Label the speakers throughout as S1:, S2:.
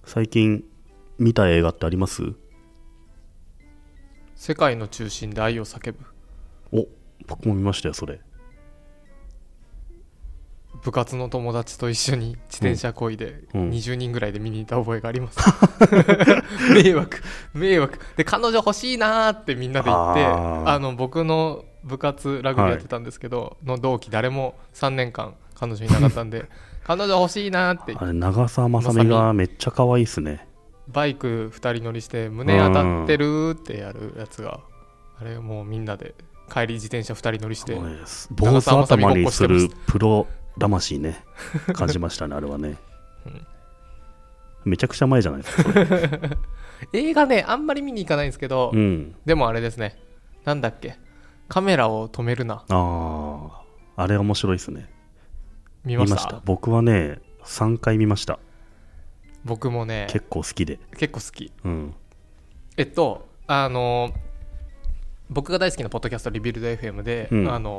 S1: 最近見た映画ってあります？
S2: 世界の中心で愛を叫ぶ。
S1: お、僕も見ましたよそれ。
S2: 部活の友達と一緒に自転車漕いで20人ぐらいで見に行った覚えがあります、迷惑で、彼女欲しいなーってみんなで言って、僕の部活ラグビーやってたんですけど、の同期誰も3年間彼女いなかったんで彼女欲しいなーって。
S1: あれ長澤まさみがめっちゃ可愛いっすね。
S2: バイク2人乗りして胸当たってるってやるやつが、あれもうみんなで帰り自転車2人乗りして
S1: 坊主頭にするプロ魂ね感じましたねあれはね、めちゃくちゃ前じゃないですかそれ
S2: 映画ねあんまり見に行かないんですけど、でもあれですね、なんだっけ、カメラを止めるな。
S1: あれ面白いですね。
S2: 見ました。
S1: 僕はね3回見ました。
S2: 僕もね
S1: 結構好きで。
S2: 結構好き、僕が大好きなポッドキャストリビルド FM で、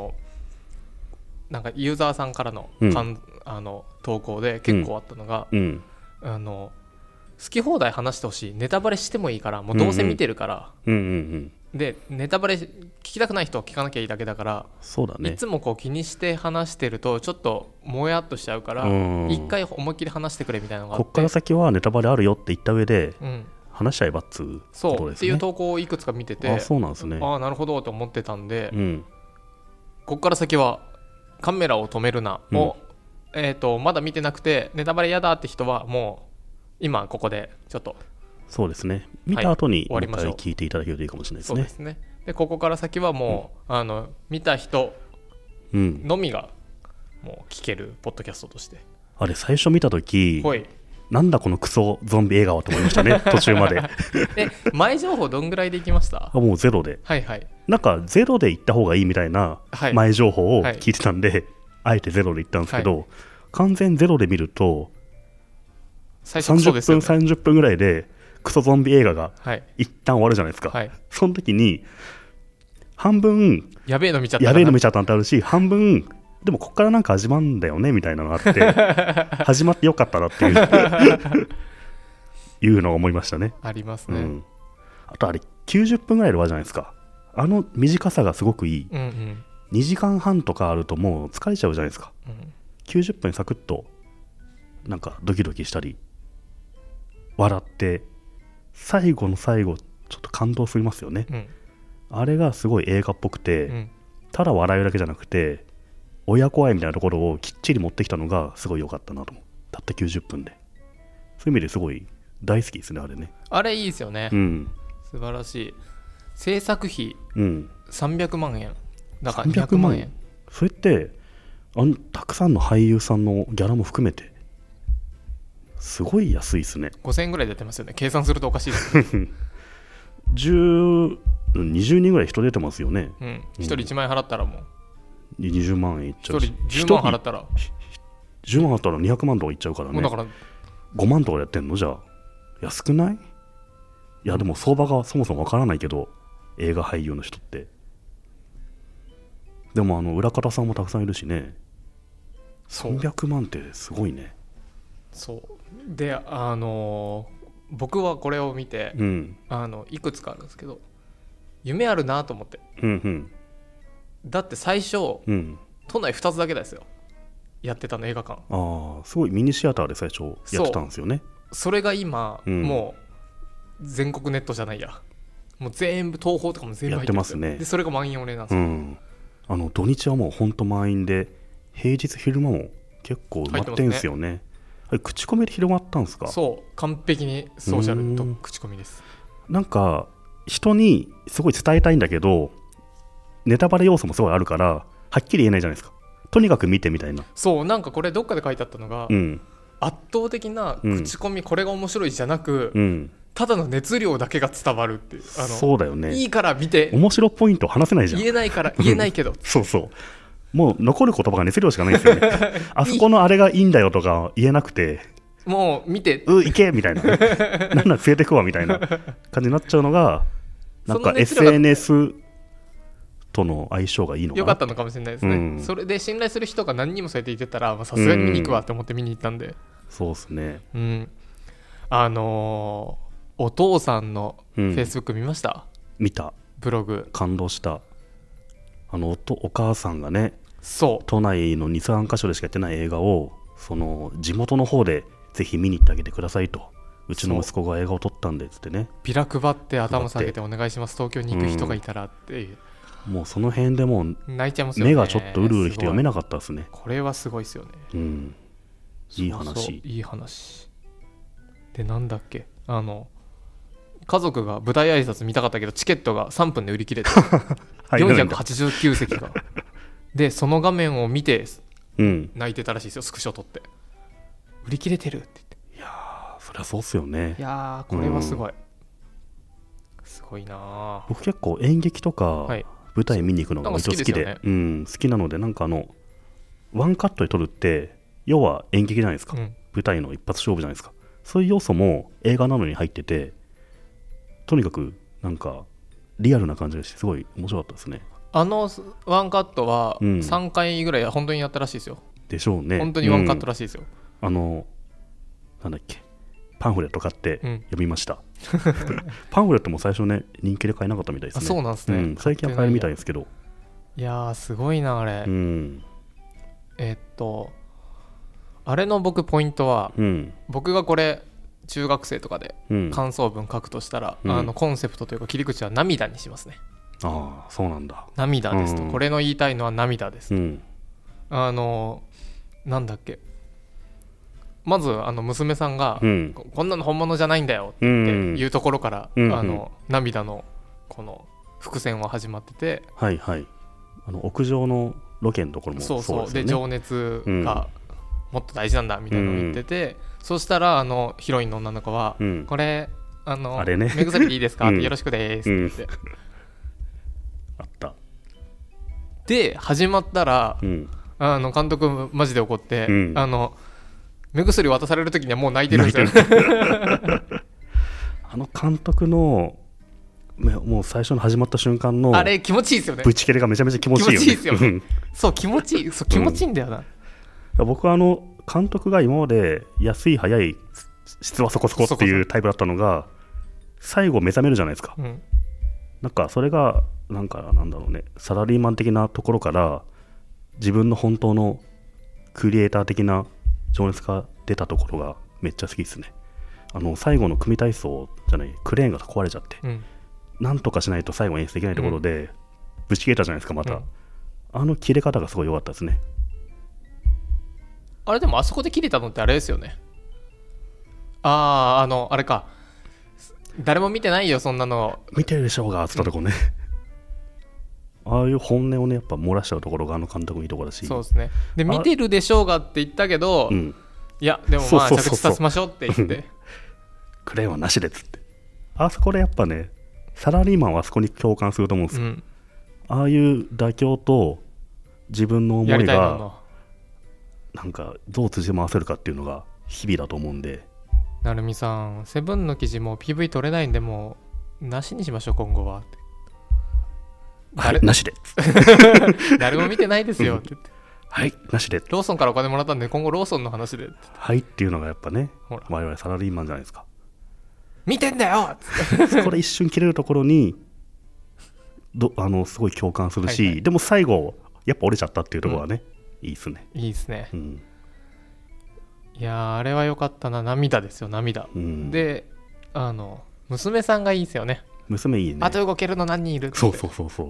S2: なんかユーザーさんからの、投稿で結構あったのが、好き放題話してほしい、ネタバレしてもいいから、もうどうせ見てるから、でネタバレ聞きたくない人は聞かなきゃいいだけだから、
S1: そうだね、
S2: いつもこう気にして話してるとちょっともやっとしちゃうから、一回思いっきり話してくれみたいなのがあって、
S1: こっから先はネタバレあるよって言った上で、話しちゃえばっつうことですね。
S2: そうっていう投稿をいくつか見てて、
S1: そうなんですね。
S2: なるほどと思ってたんで、こっから先はカメラを止めるなを、まだ見てなくてネタバレ嫌だって人はもう今ここでちょっと、
S1: そうですね、見た後にもう一回聞いていただけるといいかもしれないですね。
S2: そうですね。でここから先はもう、見た人のみがもう聞けるポッドキャストとして、
S1: あれ最初見た時なんだこのクソゾンビ映画はと思いましたね途中まで
S2: 前情報どんぐらいで行きました？
S1: もうゼロで、なんかゼロで行った方がいいみたいな前情報を聞いてたんで、あえてゼロで行ったんですけど、完全ゼロで見ると30分ぐらいでクソゾンビ映画が一旦終わるじゃないですか、その時に半分
S2: やべえの見ちゃった
S1: ってあるし、半分でもこっからなんか始まるんだよねみたいなのがあって始まってよかったなっていういうのを思いましたね。
S2: ありますね、
S1: あとあれ90分ぐらいで終わるじゃないですか。あの短さがすごくいい、2時間半とかあるともう疲れちゃうじゃないですか、90分サクッとなんかドキドキしたり笑って最後の最後ちょっと感動すぎますよね、あれがすごい映画っぽくて、ただ笑えるだけじゃなくて親子愛みたいなところをきっちり持ってきたのがすごい良かったなと思う。たった90分で、そういう意味ですごい大好きですねあれね。
S2: あれいいですよね、素晴らしい。制作費、300万円だから200万円。
S1: それってたくさんの俳優さんのギャラも含めてすごい安いですね。
S2: 5000円ぐらいで出てますよね。計算するとおかしいですね
S1: 20人ぐらい人出てますよね、
S2: 1人1万円払ったらもう
S1: 20万円いっちゃうし、
S2: 1人10万払ったら
S1: 10万払ったら200万とかいっちゃうからね。
S2: もうだから
S1: 5万とかやってんのじゃあ安くない？いやでも相場がそもそもわからないけど、映画俳優の人ってでも裏方さんもたくさんいるしね。300万ってすごいね。
S2: そうで僕はこれを見て、いくつかあるんですけど夢あるなと思って、だって最初、都内2つだけですよやってたの、映画館。
S1: すごいミニシアターで最初やってたんですよね。
S2: それが今、もう全国ネットじゃないや、もう全部東宝とかも全部入ってますね。でそれが満員御礼なんですよ、
S1: 土日はもうほんと満員で、平日昼間も結構埋まってんですよね。あれ口コミで広がったんですか？
S2: そう完璧にソーシャルと口コミです。
S1: なんか人にすごい伝えたいんだけどネタバレ要素もすごいあるからはっきり言えないじゃないですか。とにかく見てみたいな。
S2: そうなんかこれどっかで書いてあったのが、圧倒的な口コミ、これが面白いじゃなく、ただの熱量だけが伝わるっていう。
S1: そうだよね。
S2: いいから見て、
S1: 面白ポイント話せないじゃん。
S2: 言えないから言えないけど
S1: そうそうもう残る言葉が熱量しかないんですよねあそこのあれがいいんだよとか言えなくて、
S2: もう見て
S1: 行けみたいななんなら連れてくわみたいな感じになっちゃうのがなんか SNS との相性がいいのかな。
S2: よかったのかもしれないですね、それで信頼する人が何人もそうやって言ってたらさすがに見に行くわって思って見に行ったんで。
S1: そうですね、
S2: お父さんのフェイスブック見ました？
S1: 見た。
S2: ブログ
S1: 感動した。お母さんがね、
S2: そう
S1: 都内の 2,3 カ所でしかやってない映画をその地元の方でぜひ見に行ってあげてくださいと、うちの息子が映画を撮ったんでっつってね、
S2: ビラ配って頭下げてお願いします、東京に行く人がいたらっていう、
S1: もうその辺でもう
S2: 泣いちゃいますよね。
S1: 目がちょっとうるうるして読めなかったですね。
S2: これはすごいですよね。
S1: いい話。
S2: そういい話で、なんだっけ、家族が舞台挨拶見たかったけどチケットが3分で売り切れて489席がでその画面を見て泣いてたらしいですよ、スクショ撮って。売り切れてるって言って。
S1: いやー、そりゃそうっすよね。
S2: いやー、これはすごい、すごいな。
S1: 僕結構演劇とか舞台見に行くのが一応好きで、好きなので、なんかワンカットで撮るって要は演劇じゃないですか、舞台の一発勝負じゃないですか。そういう要素も映画なのに入ってて、とにかくなんかリアルな感じがしてすごい面白かったですね。
S2: ワンカットは3回ぐらい本当にやったらしいですよ。
S1: でしょうね。
S2: 本当にワンカットらしいですよ。
S1: なんだっけ、パンフレット買って読みました、パンフレットも最初ね人気で買えなかったみたいですね。
S2: そうなんですね、
S1: 最近は買えるみたいですけど。
S2: いやー、すごいなあれ。あれの僕ポイントは、僕がこれ中学生とかで感想文書くとしたら、コンセプトというか切り口は涙にしますね。
S1: ああ、そうなんだ。
S2: 涙ですと、これの言いたいのは涙ですと、なんだっけ、まず娘さんが、こんなの本物じゃないんだよっていうところから、涙のこの伏線は始まってて、
S1: はいはい、屋上のロケのところもそうですよね。
S2: で情熱がもっと大事なんだみたいなのを言ってて、そうしたらヒロインの女の子は、これあれね、目薬でいいですかって、よろしくですって言って、
S1: あった。
S2: で始まったら、監督マジで怒って、目薬渡される時にはもう泣いてるんですよね。
S1: 監督のもう最初の始まった瞬間の
S2: あれ気持ちいいですよね。
S1: ぶち切れがめちゃめちゃ気持ちいいよね。
S2: 気持ちいいですよね。そう、気持ちいい、そう、気持ちいいんだよな。
S1: 僕は監督が今まで安い早い質はそこそこっていうタイプだったのが最後目覚めるじゃないですか、なんかそれがなんだろうね、サラリーマン的なところから自分の本当のクリエイター的な情熱が出たところがめっちゃ好きですね。最後の組体操じゃない、クレーンが壊れちゃって、なんとかしないと最後演出できないところでぶち切れたじゃないですか、また、切れ方がすごい良かったですね。
S2: あれでもあそこで切れたのってあれですよね。あれか、誰も見てないよそんなの、
S1: 見てるでしょうがっつったとこね、ああいう本音をねやっぱ漏らしちゃうところが監督いいところだし。
S2: そうですね。で見てるでしょうがって言ったけど、いやでもまあ着地させましょうって言って
S1: クレーンはなしでっつって、あそこでやっぱねサラリーマンはあそこに共感すると思うんですよ、ああいう妥協と自分の思いがなんかどう辻回せるかっていうのが日々だと思うんで。
S2: なるみさん、セブンの記事も PV 取れないんでもうなしにしましょう今後はって。
S1: はいなしで
S2: 誰も見てないですよって言って
S1: はいなしで、
S2: ローソンからお金もらったんで今後ローソンの話でって
S1: はいっていうのがやっぱね我々サラリーマンじゃないですか。
S2: 見てんだよって
S1: これ一瞬切れるところにすごい共感するし、でも最後やっぱ折れちゃったっていうところはね、いいですね。
S2: いいですね、いやあれは良かったな。涙ですよ、涙、で娘さんがいいですよね。
S1: 娘いいね。
S2: あと動けるの何人いるって。
S1: そう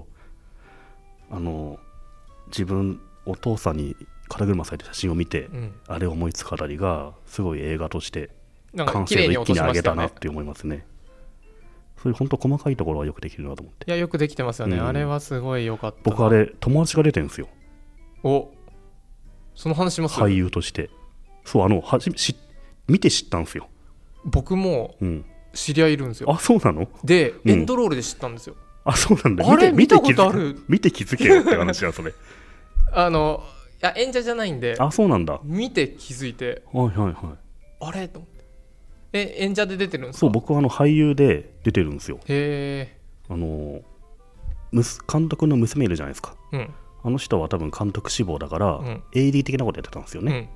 S1: 自分お父さんに肩車された写真を見て、あれを思いつくあたりがすごい映画として完成度一気に上げたなって思いますね。そういう本当細かいところはよくできるなと思って。
S2: いやよくできてますよね、あれはすごい良かった。
S1: 僕あれ友達が出てるんですよ。
S2: その話します？
S1: 俳優として。そう見て知ったんですよ。
S2: 僕も知り合いいるんですよ。
S1: あ、そうなの？
S2: で、エンドロールで知ったんですよ。
S1: あ、そうなんだ。
S2: あれ見たことある。
S1: 見て気づけよって話はそれ。
S2: いや演者じゃないんで。
S1: あ、そうなんだ。
S2: 見て気づいて。あれと思って。演者で出てるんですか？
S1: そう、僕は俳優で出てるんですよ。
S2: へえ。
S1: 監督の娘いるじゃないですか。あの人は多分監督志望だから、AD 的なことやってたんですよね。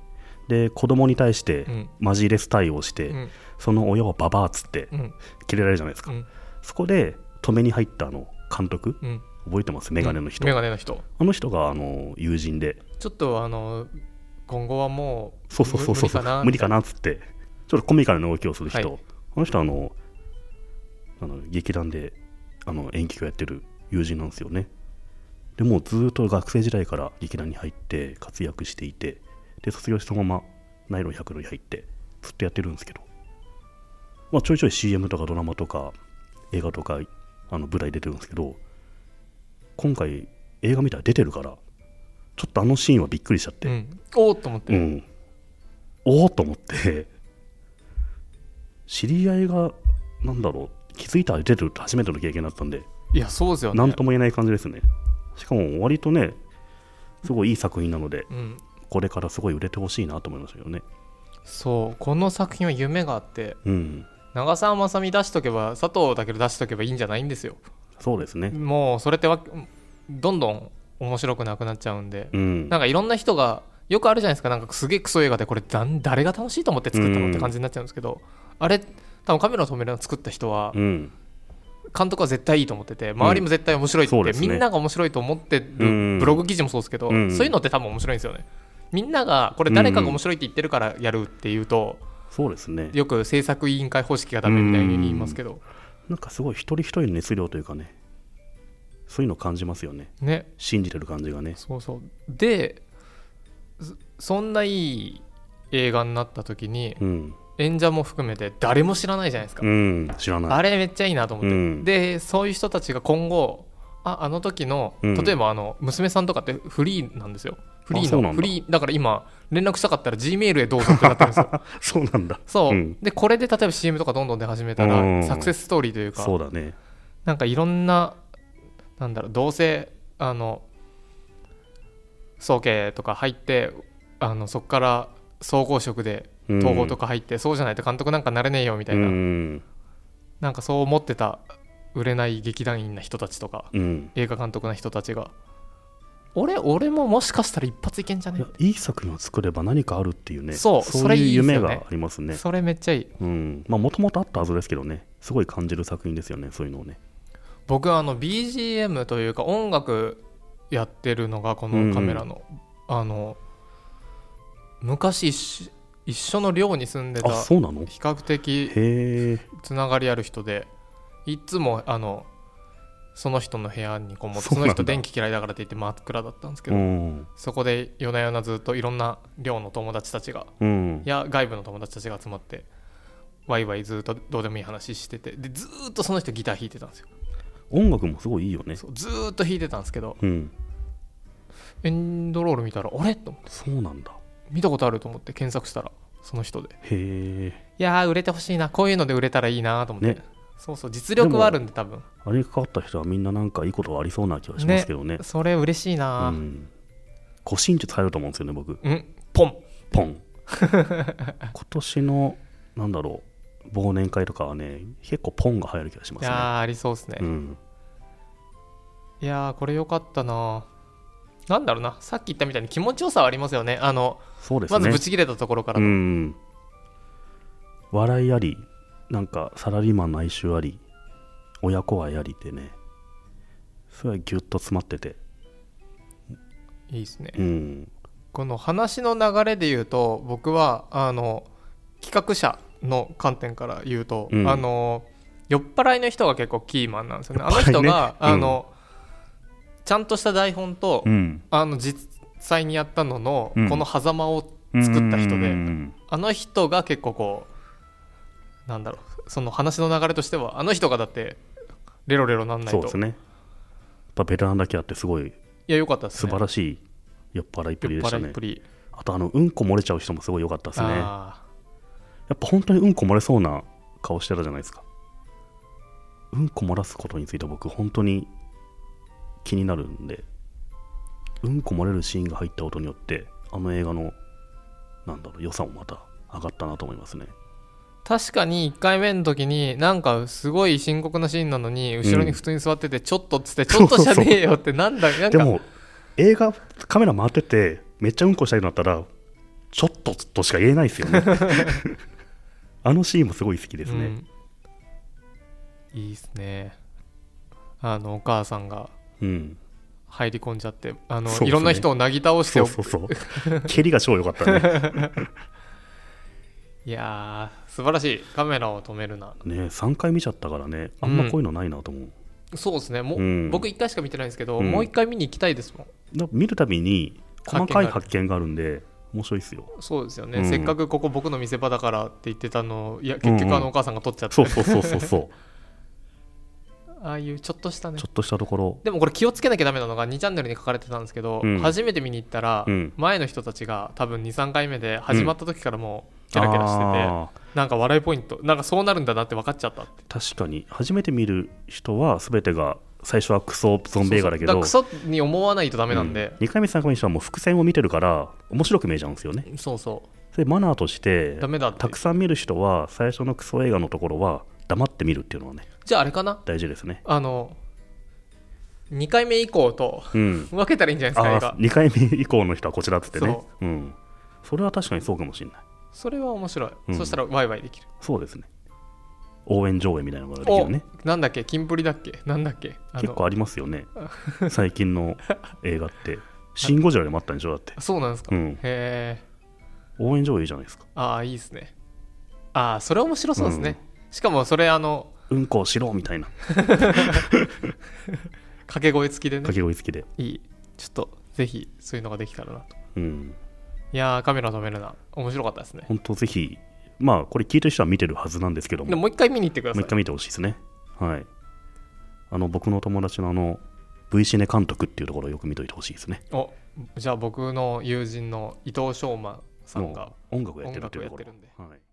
S1: で子供に対してマジレス対応して、その親はババアっつってキレられるじゃないですか、そこで止めに入った監督、覚えてます？メガネの人、
S2: メガネの人、
S1: あの人が友人で、
S2: ちょっと今後はもう
S1: そう無理かなっつって、ちょっとコミカルな動きをする人、あの人は劇団で演劇をやってる友人なんですよね。でもうずっと学生時代から劇団に入って活躍していて、で卒業したままナイロン100に入ってずっとやってるんですけど、ちょいちょい CM とかドラマとか映画とか舞台出てるんですけど、今回映画見たら出てるから、ちょっとシーンはびっくりしちゃって、
S2: おーっと思って、
S1: おーっと思って、知り合いが気づいたら出てるって初めての経験だったんで、
S2: いやそうですよね、
S1: なんとも言えない感じですね。しかも割とねすごいいい作品なので、これからすごい売れてほしいなと思いましたよね。
S2: そう、この作品は夢があって、長澤まさみ出しとけば、佐藤健出しとけばいいんじゃないんですよ。
S1: そうですね。
S2: もうそれってどんどん面白くなくなっちゃうんで、なんかいろんな人がよくあるじゃないですか、なんかすげえクソ映画でこれ誰が楽しいと思って作ったのって感じになっちゃうんですけど、あれ多分カメラを止めるのを作った人は、監督は絶対いいと思ってて、周りも絶対面白いって、みんなが面白いと思ってるブログ記事もそうですけど、そういうのって多分面白いんですよね。みんながこれ誰かが面白いって言ってるからやるっていうと、
S1: そうですね、
S2: よく制作委員会方式がダメみたいに言いますけど、
S1: なんかすごい一人一人の熱量というかね、そういうのを感じますよね。信じてる感じがね。
S2: そうで、そんないい映画になった時に、演者も含めて誰も知らないじゃないですか、
S1: 知らない。
S2: あれめっちゃいいなと思って、でそういう人たちが今後あの時の、例えば娘さんとかってフリーなんですよ。フリーだから今連絡したかったら G メールへどうぞってなってるんですよ
S1: そうなんだ。
S2: でこれで例えば CM とかどんどん出始めたら、サクセスストーリーというか、
S1: そうだね、
S2: なんかいろんなどうせ早慶とか入ってそこから総合職で東宝とか入って、そうじゃないと監督なんかなれねえよみたいな、なんかそう思ってた売れない劇団員な人たちとか、映画監督な人たちが、俺ももしかしたら一発いけんじゃねえ、
S1: いい作品を作れば何かあるっていうね、
S2: そう
S1: いう夢がありますね。
S2: それめっちゃいい。
S1: もともとあったはずですけどね、すごい感じる作品ですよね、そういうのをね。
S2: 僕はBGM というか音楽やってるのがこのカメラの、昔一緒の寮に住んでた、比較的つながりある人で、いつもその人の部屋にこもって、その人電気嫌いだからって言って真っ暗だったんですけど、そこで夜な夜なずっといろんな寮の友達たちが、や外部の友達たちが集まってワイワイずっとどうでもいい話してて、でずっとその人ギター弾いてたんですよ。
S1: 音楽もすごいいいよね。
S2: ずっと弾いてたんですけど、エンドロール見たらあれと思って、
S1: そうなんだ、
S2: 見たことあると思って検索したらその人で、
S1: へえ、
S2: いや売れてほしいな、こういうので売れたらいいなと思って、そう実力はあるんで、多分
S1: あれに関わった人はみんななんかいいことはありそうな気がしますけどね。
S2: それ嬉しいな、
S1: 護身術入ると思うんですよね、僕。
S2: ポン
S1: 今年の忘年会とかはね、結構ポンが流行る気がしますね。
S2: いやありそうですね、いやこれよかったな。さっき言ったみたいに気持ちよさはありますよね。そうですね、まずブチ切れたところからの、
S1: 笑いあり、なんかサラリーマンの哀愁あり、親子愛ありってね、すごいギュッと詰まってて
S2: いいですね、この話の流れで言うと、僕は企画者の観点から言うと、酔っ払いの人が結構キーマンなんですよね。あの人が、ちゃんとした台本と、実際にやったのの、この狭間を作った人で、あの人が結構こうその話の流れとしては、あの人がだってレロレロなんないと。
S1: そうですね、やっぱベテランだけあってすごい、
S2: いや良かったですね、
S1: 素晴らしい酔っ払いっぷりでしたね。あとうんこ漏れちゃう人もすごい良かったですね。やっぱ本当にうんこ漏れそうな顔してたじゃないですか。うんこ漏らすことについて僕本当に気になるんで、うんこ漏れるシーンが入ったことによってあの映画の良さもまた上がったなと思いますね。
S2: 確かに1回目の時になんかすごい深刻なシーンなのに後ろに普通に座ってて、ちょっとっつってちょっとじゃねえよってなんか
S1: でも映画カメラ回っててめっちゃうんこしたいのだったらちょっととしか言えないですよねあのシーンもすごい好きですね、
S2: いいですね。お母さんが入り込んじゃって、いろんな人をなぎ倒して
S1: そう蹴りが超良かったね
S2: いやー素晴らしい。カメラを止めるな
S1: ね。3回見ちゃったからね、あんまこういうのないなと思う、
S2: そうですね。僕1回しか見てないんですけど、もう1回見に行きたいですもん。
S1: 見るたびに細かい発見があるんで面白いですよ。
S2: そうですよね、せっかくここ僕の見せ場だからって言ってたのを、いや結局お母さんが撮っちゃって、
S1: そう
S2: ああいうちょっとしたね、
S1: ちょっとしたところ。
S2: でもこれ気をつけなきゃダメなのが2チャンネルに書かれてたんですけど、初めて見に行ったら、前の人たちが多分 2,3 回目で始まった時からもうキャラキャラしてて、なんか笑いポイント、なんかそうなるんだなって分かっちゃったって。
S1: 確かに初めて見る人は全てが最初はクソゾンビ映画だけど、
S2: クソに思わないとダメなんで、
S1: 2回目3回目にしてはもう伏線を見てるから面白く見えちゃうんですよね。それマナーとして
S2: ダメだって。
S1: たくさん見る人は最初のクソ映画のところは黙って見るっていうのはね、
S2: じゃああれかな、
S1: 大事ですね。
S2: 2回目以降と、分けたらいいんじゃないですか。
S1: 2回目以降の人はこちらっつってね。それは確かにそうかもしれない。
S2: それは面白い、そしたらワイワイできる。
S1: そうですね。応援上映みたいなのができるね。
S2: なんだっけ、キンプリだっけ、なんだっけ、
S1: 結構ありますよね最近の映画ってシン・ゴジラでもあったんでしょ。だって
S2: そうなんですか、へえ。
S1: 応援上映いいじゃないですか。
S2: いいですね。それ面白そうですね、しかもそれ
S1: うんこをしろみたいな
S2: 掛け声付きでね。
S1: 掛け声付きで
S2: いい。ちょっとぜひそういうのができたらなと。いやー、カメラ止めるな、面白かったですね。
S1: 本当ぜひ、これ聞いてる人は見てるはずなんですけども、
S2: もう一回見に行ってください。
S1: もう一回見てほしいですね。はい。僕の友達のV シネ監督っていうところをよく見といてほしいですね。
S2: じゃあ僕の友人の伊藤昌磨さんが
S1: 音楽をやってるっていうところ。
S2: 音楽をやってるんで、
S1: はい。